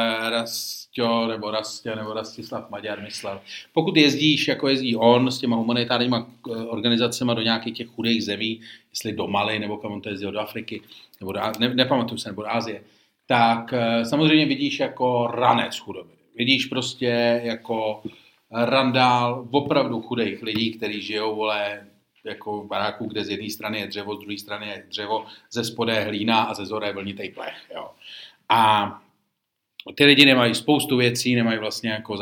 B: Rastislav Maďar myslel. Pokud jezdíš, jako jezdí on s těma humanitárníma organizacemi do nějakých těch chudých zemí, jestli do Mali, nebo kam on to jezdil, do Afriky, nebo nepamatuju se, nebo do Asie, tak samozřejmě vidíš jako ranec chudoby. Vidíš prostě jako randál opravdu chudých lidí, kteří žijou, vole, jako baráků, kde z jedné strany je dřevo, z druhé strany je dřevo, ze spodé hlína a ze zora je vlnitý plech. Jo. A ty lidi nemají spoustu věcí, nemají vlastně jako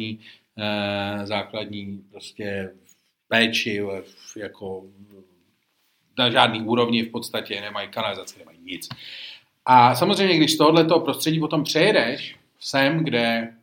B: základní prostě péči, jako na žádný úrovni v podstatě, nemají kanalizaci, nemají nic. A samozřejmě, když z tohoto prostředí potom přejedeš sem, kde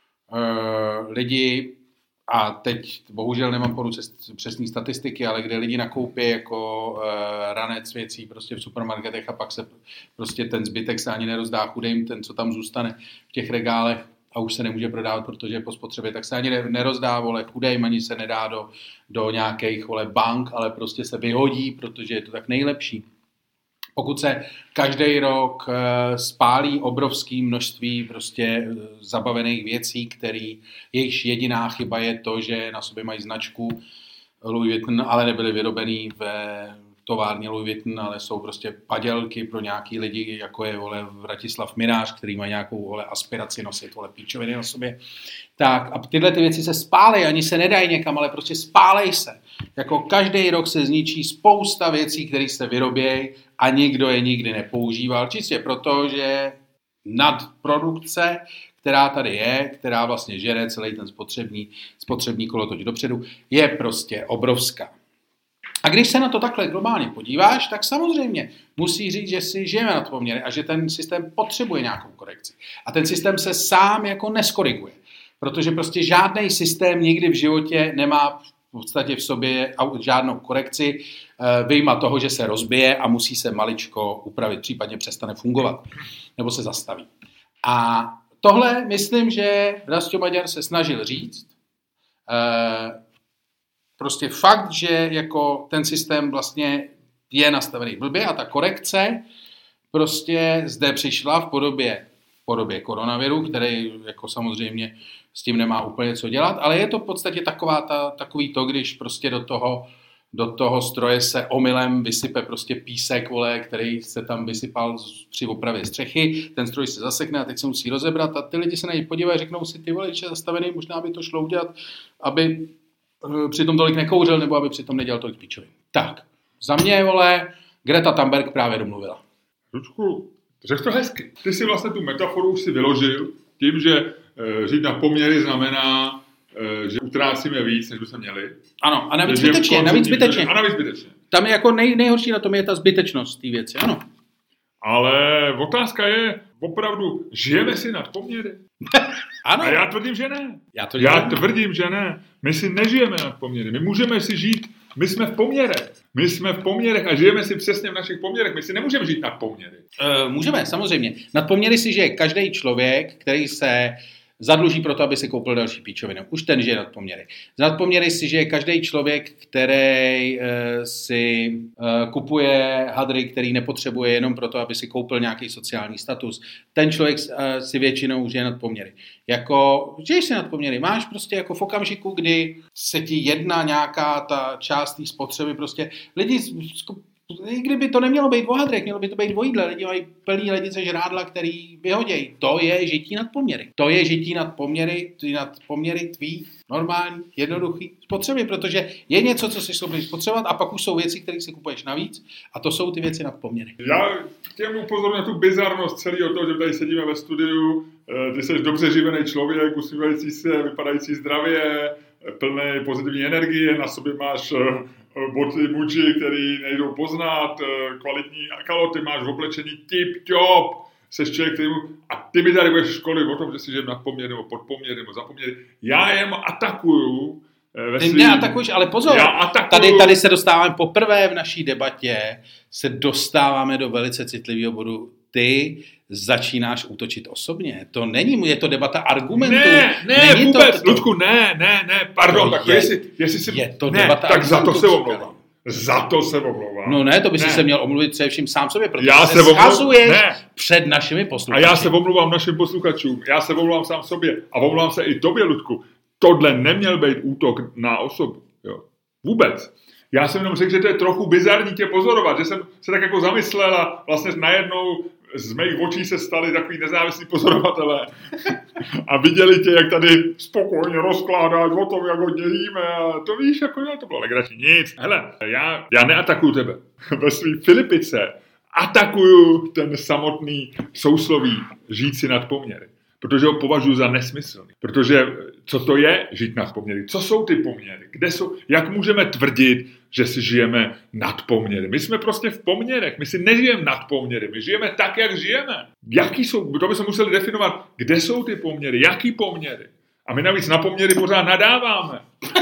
B: lidi, a teď bohužel nemám po ruce přesné statistiky, ale kde lidi nakoupí jako ranec věcí prostě v supermarketech a pak se prostě ten zbytek se ani nerozdá chudým, ten, co tam zůstane v těch regálech a už se nemůže prodávat, protože je po spotřebě, tak se ani nerozdá, vole, chudým, ani se nedá do nějakých, vole, bank, ale prostě se vyhodí, protože je to tak nejlepší. Pokud se každý rok spálí obrovské množství prostě zabavených věcí, jejichž jediná chyba je to, že na sobě mají značku Louis Vuitton, ale nebyly vyrobený v továrně Louis Vuitton, ale jsou prostě padělky pro nějaký lidi, jako je, vole, Vratislav Minář, který má nějakou, vole, aspiraci nosit, vole, píčoviny na sobě. Tak a tyhle ty věci se spálej, ani se nedají někam, ale prostě spálej se. Jako každý rok se zničí spousta věcí, které se vyrobějí a nikdo je nikdy nepoužíval. Čistě proto, že nadprodukce, která tady je, která vlastně žere celý ten spotřební kolotoč dopředu, je prostě obrovská. A když se na to takhle globálně podíváš, tak samozřejmě musí říct, že si žijeme nad poměry a že ten systém potřebuje nějakou korekci. A ten systém se sám jako neskoriguje. Protože prostě žádný systém nikdy v životě nemá v podstatě v sobě žádnou korekci, vyjma toho, že se rozbije a musí se maličko upravit, případně přestane fungovat nebo se zastaví. A tohle myslím, že Rastio Maďar se snažil říct. Prostě fakt, že jako ten systém vlastně je nastavený blbě a ta korekce prostě zde přišla v podobě koronaviru, který jako samozřejmě s tím nemá úplně co dělat, ale je to v podstatě takový to, když prostě do toho stroje se omylem vysype prostě písek, vole, který se tam vysypal při opravě střechy, ten stroj se zasekne a teď se musí rozebrat a ty lidi se na něj podívají a řeknou si, ty vole, když je zastavený, možná by to šlo udělat, aby přitom tolik nekouřil nebo aby přitom nedělal tolik píčovin. Tak, za mě, vole, Greta Thunberg právě domluvila.
A: Ručku, řekl to hezky. Ty si vlastně tu metaforu už si vyložil tím, že žít na poměry znamená, že utrácíme víc, než by se měli.
B: Ano, a navíc zbytečně. A navíc zbytečně. Tam je jako nejhorší na tom je ta zbytečnost té věci, ano.
A: Ale otázka je, opravdu, žijeme si nad poměry?
B: Ano.
A: A já tvrdím, že ne.
B: Já
A: tvrdím, že ne. My si nežijeme nad poměry. My můžeme si žít, my jsme v poměrech. My jsme v poměrech a žijeme si přesně v našich poměrech. My si nemůžeme žít nad poměry.
B: Můžeme, samozřejmě. Nad poměry si žije každý člověk, který se zadluží proto, aby si koupil další píčovinu. Už ten žije nad poměry. Nad poměry si žije každý člověk, který si kupuje hadry, který nepotřebuje jenom proto, aby si koupil nějaký sociální status. Ten člověk si většinou žije nad poměry. Jako, žiješ si nad poměry. Máš prostě jako v okamžiku, kdy se ti jedná nějaká ta část té spotřeby, prostě lidi, kdyby to nemělo být o hadrech, mělo by to být o jídle. Lidi mají plný lednice žrádla, který vyhodějí. To je žití nad poměry. To je žití nad poměry tvý normální, jednoduchý spotřeby, protože je něco, co si schopný spotřebovat a pak už jsou věci, které si kupuješ navíc a to jsou ty věci nad poměry.
A: Já chtěl upozornit na tu bizarnost celého toho, že tady sedíme ve studiu, ty jsi dobře živený člověk, usmívající se, vypadající zdravě, plný pozitivní energie, na sobě máš boty muči, který nejdou poznat, kvalitní kaloty, máš v oblečení tip-top, seš člověk, který a ty mi tady budeš školit o tom, že si žijeme nad poměry, nebo pod poměry, nebo za poměry. Já jen atakuju.
B: Ty mě atakuješ, ale pozor, tady se dostáváme poprvé v naší debatě, se dostáváme do velice citlivého bodu. Ty začínáš útočit osobně. To není, je to debata argumentů.
A: Ne, vůbec, Ludku, ne, pardon, tak jestli si...
B: Je to debata
A: tak za to se omlouvám. Za to se omlouvám.
B: No ne, to by si se měl omluvit především sám sobě, protože
A: já
B: se schazuješ před našimi posluchači.
A: A já se omlouvám našim posluchačům, já se omlouvám sám sobě a omlouvám se i tobě, Ludku. Tohle neměl být útok na osobu. Jo. Vůbec. Já jsem jenom řekl, že to je trochu bizarní tě pozorovat, že jsem se tak jako zamyslel a vlastně najednou z mých očí se stali takový nezávislí pozorovatelé a viděli tě, jak tady spokojně rozkládáš o tom, jak hodně jíme a to víš, jako to bylo legrační. Nic. Hele, já neatakuju tebe. Ve svý Filipice atakuju ten samotný sousloví žít si nad poměry. Protože ho považuji za nesmyslný. Protože co to je žít nad poměry? Co jsou ty poměry? Kde jsou? Jak můžeme tvrdit, že si žijeme nad poměry? My jsme prostě v poměrech. My si nežijeme nad poměry. My žijeme tak, jak žijeme. Jaký jsou? To bychom museli definovat, kde jsou ty poměry? Jaký poměry? A my navíc na poměry pořád nadáváme.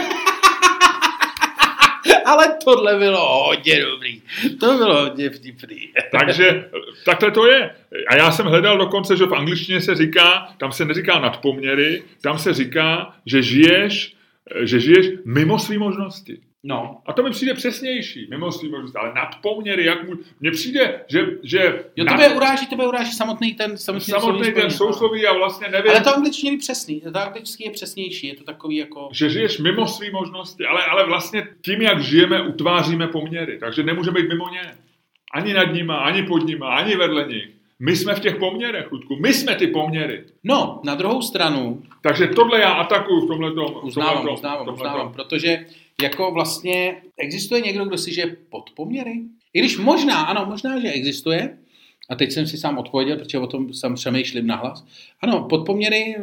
B: Ale tohle bylo hodně dobrý. To bylo hodně vtipný.
A: Takže takhle to je. A já jsem hledal dokonce, že v angličtině se říká, tam se neříká nadpoměry, tam se říká, že žiješ mimo svý možnosti.
B: No.
A: A to mi přijde přesnější, mimo svý možnosti, ale nadpoměry, mně přijde, že
B: jo, tebe uráží samotný ten
A: sousloví a vlastně nevím.
B: Ale to angličtině je přesný, to angličtině je přesnější, je to takový jako...
A: Že žiješ mimo svý možnosti, ale vlastně tím, jak žijeme, utváříme poměry, takže nemůžeme být mimo ně. Ani nad nima, ani pod nima, ani vedle nich. My jsme v těch poměrech, Ludku, my jsme ty poměry.
B: No, na druhou stranu...
A: Takže tohle já atakuju v tomhletom.
B: Uznávám, protože jako vlastně existuje někdo, kdo si žije pod poměry? I když možná, že existuje, a teď jsem si sám odpověděl, protože o tom sám přemýšlím nahlas. Ano, pod poměry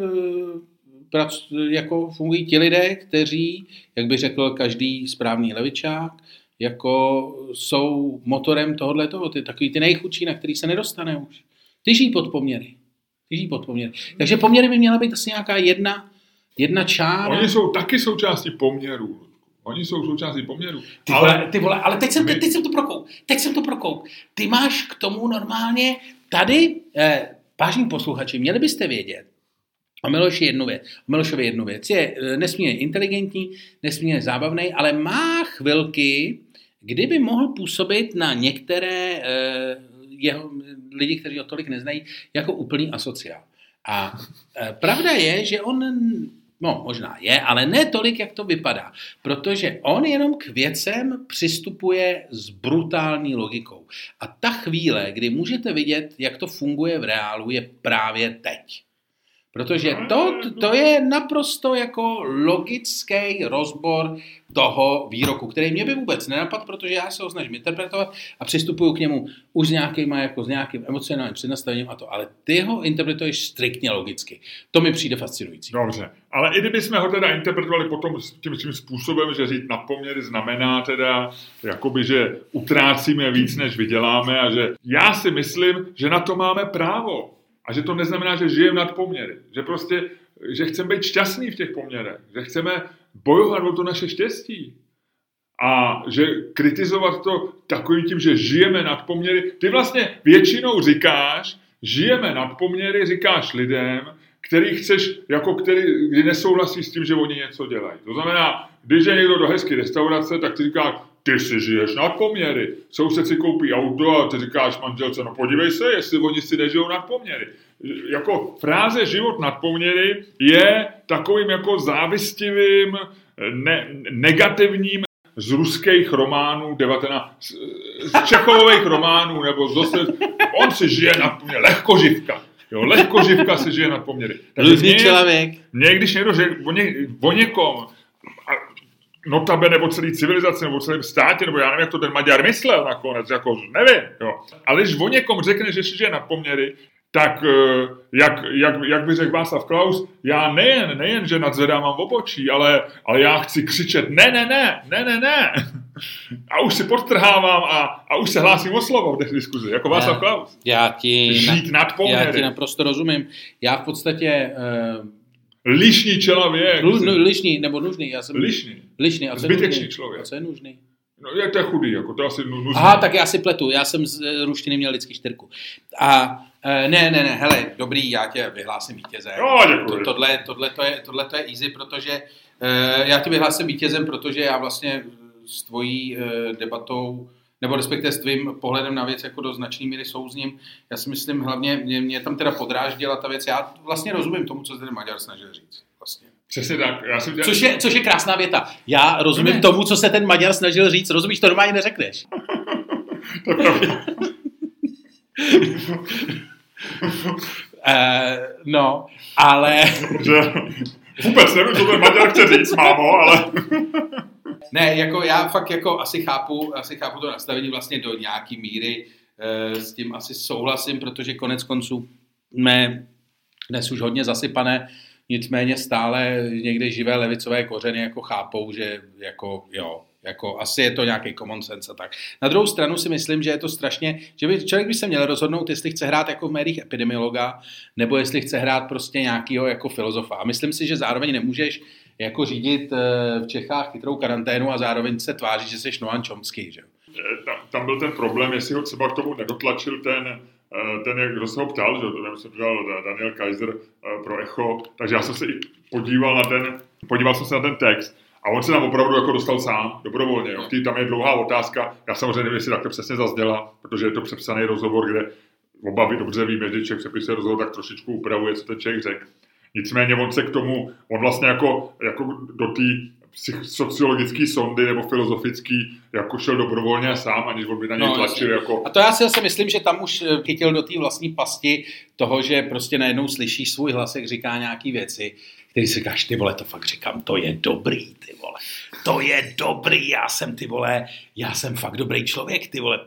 B: jako fungují ti lidé, kteří, jak by řekl každý správný levičák, jako jsou motorem tohohletoho, ty takový ty nejchudší, na který se nedostane už. Ty žijí pod poměry. Takže poměry by měla být asi nějaká jedna čára.
A: Oni jsou taky součástí poměrů.
B: Ty vole, ale teď jsem to prokouk. Ty máš k tomu normálně tady, vážní posluchači, měli byste vědět, o Milošovi jednu věc. Je nesmírně inteligentní, nesmírně zábavný, ale má chvilky, kdyby mohl působit na některé jeho lidi, kteří ho tolik neznají, jako úplný asociál. A pravda je, že on, no možná je, ale ne tolik, jak to vypadá. Protože on jenom k věcem přistupuje s brutální logikou. A ta chvíle, kdy můžete vidět, jak to funguje v reálu, je právě teď. Protože to je naprosto jako logický rozbor toho výroku, který mě by vůbec nenapadl, protože já se ho snažím interpretovat a přistupuju k němu už s nějakým emocionálním přednastavením a to, ale ty ho interpretuješ striktně logicky. To mi přijde fascinující.
A: Dobře, ale i kdybychom ho teda interpretovali potom tím způsobem, že říct nadpoměry znamená teda, jakoby, že utrácíme víc, než vyděláme a že já si myslím, že na to máme právo. A že to neznamená, že žijeme nad poměry. Že prostě, že chceme být šťastní v těch poměrech. Že chceme bojovat o to naše štěstí. A že kritizovat to takovým tím, že žijeme nad poměry. Ty vlastně většinou říkáš, žijeme nad poměry, říkáš lidem, který chceš, kdy nesouhlasí s tím, že oni něco dělají. To znamená, když je někdo do hezké restaurace, tak ty říkáš, ty si žiješ nad poměry. Soused si koupí auto a ty říkáš manželce, no podívej se, jestli oni si nežijou nad poměry. Jako fráze život nad poměry je takovým jako závistivým, negativním z ruských románů, z Čechových románů, nebo zase, on si žije nad poměry, lehkoživka. Jo, lehkoživka si žije nad poměry.
B: Různý člověk.
A: Mě, když někdo řekl o někom, notabene nebo celý civilizaci, nebo celém státě, nebo já nevím, jak to ten Maďar myslel nakonec, jako nevím, jo. Ale když o někom řekne, že si žije nad poměry, tak jak by řekl Václav Klaus, já nejen, že nadzvedám obočí, ale já chci křičet ne. A už si podtrhávám a už se hlásím o slovo v té diskuzi, jako Václav Klaus. Žít nad poměry.
B: Já ti naprosto rozumím. Já v podstatě...
A: Lišný člověk.
B: Lišný nebo nužný. Já jsem lišný. A
A: zbytečný člověk.
B: A co je nužný?
A: No, to je chudý, jako to asi nuzný.
B: Aha, tak já si pletu. Já jsem z ruštiny měl lidský 4. A ne, hele, dobrý, já tě vyhlásím vítězem.
A: Jo, děkuji.
B: Tohle to je easy, protože já tě vyhlásím vítězem, protože já vlastně s tvojí debatou, nebo respektive s tvým pohledem na věc jako do značný míry souzním. Já si myslím, hlavně mě tam teda podrážděla ta věc. Já vlastně rozumím tomu, co se ten Maďar snažil říct. Vlastně.
A: Přesně tak.
B: Což je krásná věta. Já rozumím tomu, co se ten Maďar snažil říct. Rozumíš, to normálně neřekneš.
A: To je pravda.
B: No, ale...
A: Že vůbec nevím, co ten Maďar chce říct, mámo, ale...
B: Ne, jako já fakt jako asi chápu to nastavení vlastně do nějaký míry, s tím asi souhlasím, protože konec konců jsme dnes už hodně zasypané, nicméně stále někde živé levicové kořeny jako chápou, že jako jo, jako asi je to nějaký common sense a tak. Na druhou stranu si myslím, že je to strašně, že člověk by se měl rozhodnout, jestli chce hrát jako v médiích epidemiologa, nebo jestli chce hrát prostě nějakýho jako filozofa. A myslím si, že zároveň nemůžeš jako řídit v Čechách chytrou karanténu a zároveň se tvářit, že jsi Noam Chomsky, že?
A: Tam byl ten problém, jestli ho třeba k tomu nedotlačil ten jak kdo se ho ptal, že to jsem ptal Daniel Kaiser pro Echo, takže já jsem se i podíval jsem se na ten text a on se tam opravdu jako dostal sám, dobrovolně. Jo. Tam je dlouhá otázka, já samozřejmě nevím, jestli tak to přesně zazděla, protože je to přepsaný rozhovor, kde oba dobře víme, že člověk přepisuje rozhovor, tak trošičku upravuje, co ten člověk řekl. Nicméně on se k tomu, on vlastně jako do té sociologické sondy nebo filozofický jako šel dobrovolně sám, aniž on by na něj tlačil. Jako...
B: A to já si zase myslím, že tam už chytil do té vlastní pasti toho, že prostě najednou slyšíš svůj hlas, jak říká nějaký věci, který si říkáš, ty vole, to fakt říkám, to je dobrý, ty vole, to je dobrý, já jsem fakt dobrý člověk, ty vole,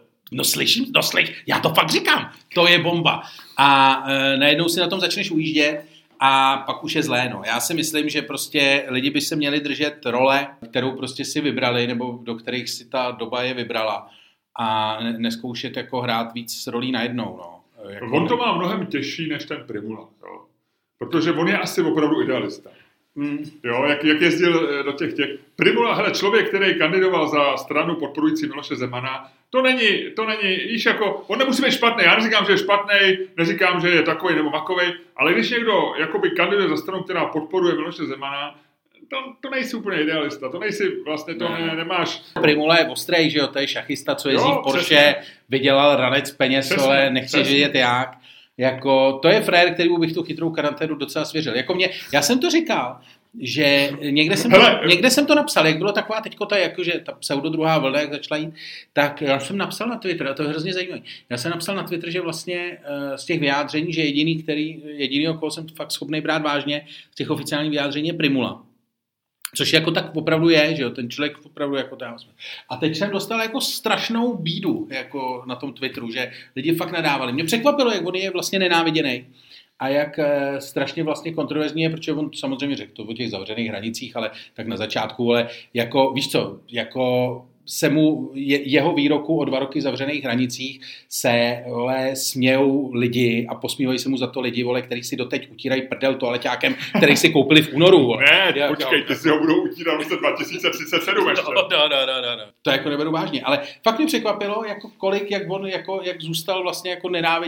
B: já to fakt říkám, to je bomba. A najednou si na tom začneš ujíždět a pak už je zlé, no. Já si myslím, že prostě lidi by se měli držet role, kterou prostě si vybrali, nebo do kterých si ta doba je vybrala a neskoušet jako hrát víc rolí najednou, no. Jako
A: on to má mnohem těžší než ten Prymula, jo. Protože on je asi opravdu idealista. Jo, jak jezdil do těch. Prymula, hele, člověk, který kandidoval za stranu podporující Miloše Zemana, to není, víš, jako, on nemusí být špatný, já neříkám, že je špatný, neříkám, že je takovej nebo makovej, ale když někdo jakoby kandiduje za stranu, která podporuje Miloše Zemana, to nejsi úplně idealista, to nejsi, vlastně to nemáš.
B: Prymula je ostrej, že jo, to je šachista, co jezdí v Porsche, vydělal ranec peněz, ale nechci vědět jak. Jako, to je frajer, kterýmu bych tu chytrou karanténu docela svěřil. Jako já jsem to říkal, že někde jsem to napsal, jak bylo taková teďko ta pseudo druhá vlna, jak začala jít, tak já jsem napsal na Twitter, a to je hrozně zajímavé. Já jsem napsal na Twitter, že vlastně z těch vyjádření, že jedinýho, koho jsem fakt schopný brát vážně, z těch oficiálních vyjádření je Prymula. Což jako tak opravdu je, že jo, ten člověk opravdu jako tam. A teď jsem dostal jako strašnou bídu jako na tom Twitteru, že lidi fakt nadávali. Mě překvapilo, jak on je vlastně nenáviděný a jak strašně vlastně kontroverzní je, protože on samozřejmě řekl to o těch zavřených hranicích, ale tak na začátku, ale jako, víš co, jako se mu jeho výroku o 2 roky zavřených hranicích se smějou lidi a posmívají se mu za to lidi, vole, který si doteď utírají prdel toaleťákem, který si koupili v únoru. Vole.
A: Ne, počkej, ty si ho budou utírat v roce 2037 ještě.
B: No. To jako neberu vážně, ale fakt mě překvapilo, jako kolik, jak zůstal vlastně jako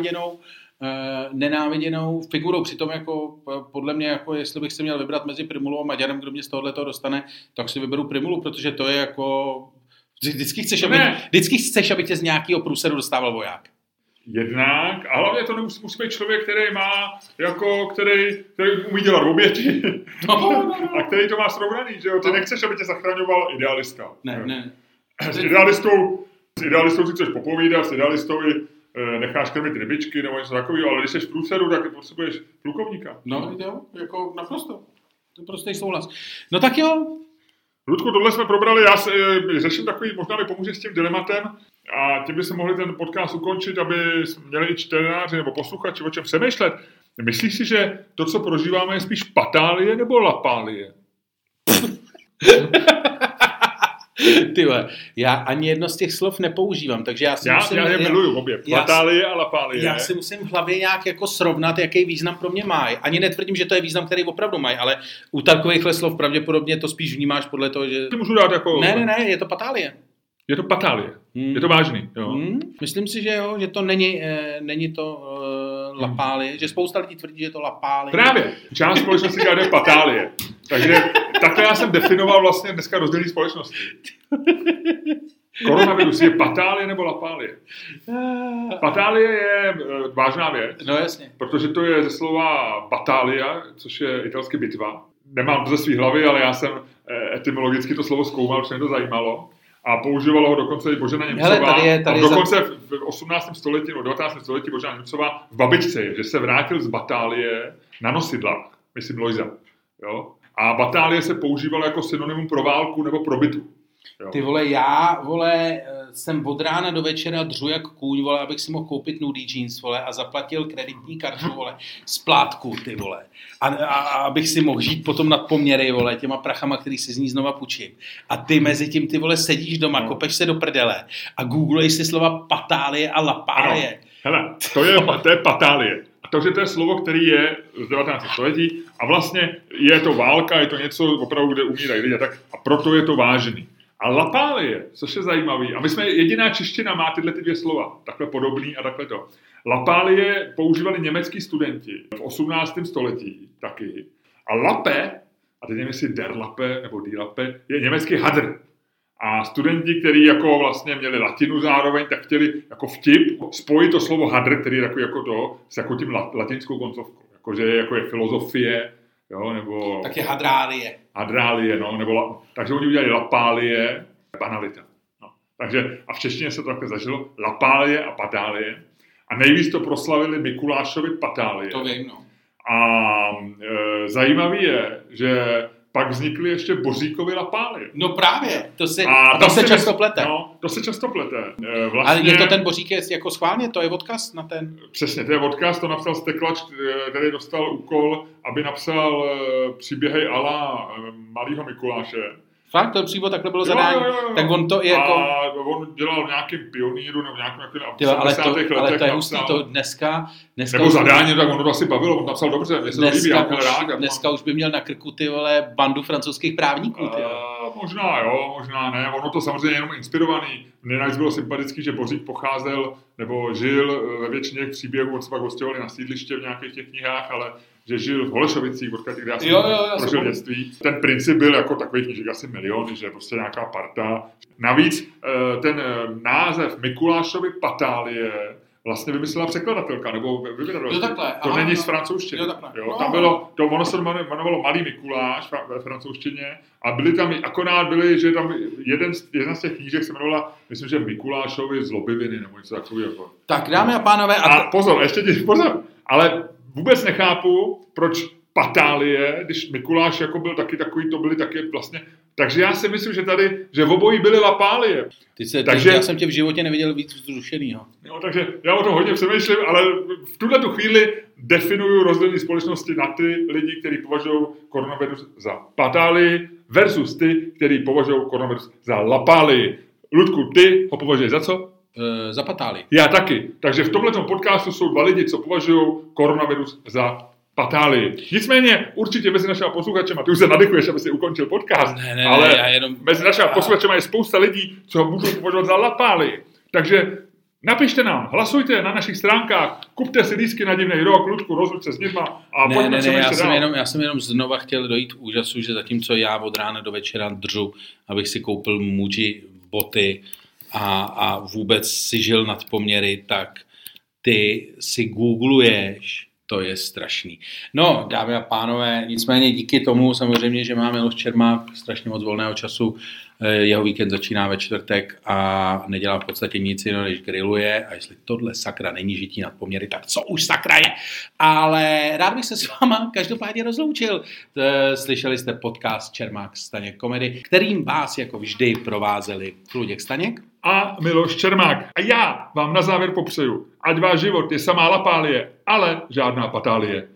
B: nenáviděnou figurou. Přitom jako podle mě, jako jestli bych si měl vybrat mezi Prymulou a Maďarem, kdo mě z tohoto dostane, tak si vyberu Prymulu, protože to je jako vždycky chceš, aby tě z nějakého průseru dostával voják.
A: Jednak, a hlavně to musí být člověk, který má, jako, který umí dělat oběti a který to má srovnaný, že jo? Ty nechceš, aby tě zachraňoval idealista.
B: Ne.
A: S idealistou si chceš popovídat, s idealistou necháš krmit rybičky nebo něco takového, ale když jsi v průseru, tak potřebuješ plukovníka.
B: No jo, jako naprosto. To prostě souhlas. No tak jo.
A: Ludku, tohle jsme probrali, já řeším takový, možná mi pomůže s tím dilematem a tím by se mohli ten podcast ukončit, aby měli i čtenáři nebo posluchači o čem přemýšlet. Myslíš si, že to, co prožíváme, je spíš patálie nebo lapálie?
B: Tyhle, já ani jedno z těch slov nepoužívám, takže já
A: je miluju obě, patálie a lapálie.
B: Já si musím v hlavě nějak jako srovnat, jaký význam pro mě mají. Ani netvrdím, že to je význam, který opravdu mají, ale u takovýchhle slov pravděpodobně to spíš vnímáš podle toho, že...
A: Ty můžu dát jako...
B: Ne, je to patálie.
A: Je to patálie. Je to vážný. Jo.
B: Myslím si, že jo, že to není to lapálie, že spousta lidí tvrdí, že je to lapálie.
A: Právě. Část společnosti dělá patálie. Takže takhle já jsem definoval vlastně dneska rozdělení společnosti. Koronavirus je patálie nebo lapálie? Patálie je vážná věc.
B: No jasně.
A: Protože to je ze slova battalia, což je italsky bitva. Nemám to ze svý hlavy, ale já jsem etymologicky to slovo zkoumal, protože mě to zajímalo. a používalo ho dokonce i Božena Němcová.
B: Hele, tady
A: a dokonce v 18. století nebo 19. století Božena Němcová v Babičce je, že se vrátil z batálie na nosidlách, myslím Lojza. Jo? A batálie se používalo jako synonymum pro válku nebo pro bitvu. Jo.
B: Ty vole, já, vole, jsem od rána do večera dřu jak kůň, vole, abych si mohl koupit nudý jeans, vole, a zaplatil kreditní kartu, vole, splátku, ty vole. A abych si mohl žít potom nad poměry, vole, těma prachama, který si z ní znova půjčím. A ty mezi tím, ty vole, sedíš doma, kopeš se do prdele a googluješ si slova patálie a lapálie.
A: Hele, to je patálie. A to, že to je slovo, který je z 19. století a vlastně je to válka, je to něco opravdu, kde umírají lidé, tak a proto je to vážený. A lapálie, což je zajímavý, a my jsme jediná čeština má tyhle ty dvě slova, takhle podobný a takhle to. Lapálie používali německý studenti v 18. století taky. A lape, a teď nevím, jestli der lape nebo die lape, je německý hadr. A studenti, kteří jako vlastně měli latinu zároveň, tak chtěli jako vtip spojit to slovo hadr, který je takový jako to, s jako tím latinskou koncovkou. Jakože jako je filozofie, jo, nebo...
B: Tak je hadrálie.
A: Hadrálie, no, nebo... Takže oni udělali lapálie, banalita. No. Takže, a v češtině se to takhle zažilo, lapálie a patálie. A nejvíc to proslavili Mikulášovi patálie.
B: To vím, no.
A: A zajímavý je, že pak vznikly ještě Boříkovy lapálie.
B: No právě, to se často plete.
A: No, to se často plete.
B: Vlastně, ale je to ten Bořík jako schválně, to je odkaz na ten?
A: Přesně, to je odkaz, to napsal Steklač, který dostal úkol, aby napsal příběhy ala malýho Mikuláše.
B: Fakt, to přímo takhle bylo zadání.
A: Jo.
B: Tak on to je jako...
A: A on dělal v nějakým pioníru nebo nějakým
B: ale to je hustý, to dneska
A: nebo zadání, tak on to asi bavilo, on napsal dobře, mě se to líbí,
B: dneska už by měl na krku ty vole bandu francouzských právníků.
A: Možná jo, možná ne, ono to samozřejmě jenom inspirovaný. Mně navíc bylo sympatický, že Bořík pocházel nebo žil ve většině příběhů, on se pak hostěvali na sídliště v nějakých těch knihách, ale že žil v Holešovicích, kde já jsem prožil dětství. Ten princip byl jako takových knížek asi miliony, že prostě nějaká parta. Navíc ten název Mikulášovy patálie vlastně vymyslela překladatelka, nebo vydavatelka. To není z francouzštiny. Tam bylo, ono se jmenovalo Malý Mikuláš ve francouzštině a byly, že tam jedna z těch knížek se jmenovala, myslím, že Mikulášovi zlobiviny, nebo něco takového.
B: Tak dámy a pánové.
A: Pozor, ale vůbec nechápu, proč patálie, když Mikuláš jako byl taky takový, to byly taky vlastně... Takže já si myslím, že v obojí byly lapálie.
B: Já jsem tě v životě neviděl víc vzrušenýho.
A: No, takže já o tom hodně přemýšlím, ale v tuto chvíli definuju rozdělení společnosti na ty lidi, kteří považují koronavirus za patálii versus ty, kteří považují koronavirus za lapálii. Ludku, ty ho považuješ za co?
B: Za patáli.
A: Já taky. Takže v tomhletom podcastu jsou dva lidi, co považují koronavirus za patálii. Nicméně určitě mezi našimi posluchačema, ty už se nadechuješ, aby si ukončil podcast, ale mezi našimi posluchačema je spousta lidí, co ho můžou považovat za lapálii. Takže napište nám, hlasujte na našich stránkách, kupte si lístky na divnej rok, Ludku, rozluč se s nima a pojďme se ještě dál.
B: Já jsem jenom znova chtěl dojít k úžasu, že zatímco já od rána do večera držu, abych si koupil muži boty a vůbec si žil nad poměry, tak ty si googluješ, to je strašný. No, dámy a pánové, nicméně díky tomu samozřejmě, že máme Miloš Čermák strašně moc volného času, jeho víkend začíná ve čtvrtek a nedělá v podstatě nic jiného, než grilluje a jestli tohle sakra není žití nad poměry, tak co už sakra je? Ale rád bych se s váma každopádně rozloučil. Slyšeli jste podcast Čermák Staněk Komedy, kterým vás jako vždy provázeli Luděk Staněk
A: a Miloš Čermák. A já vám na závěr popřeju, ať váš život je samá lapálie, ale žádná patálie.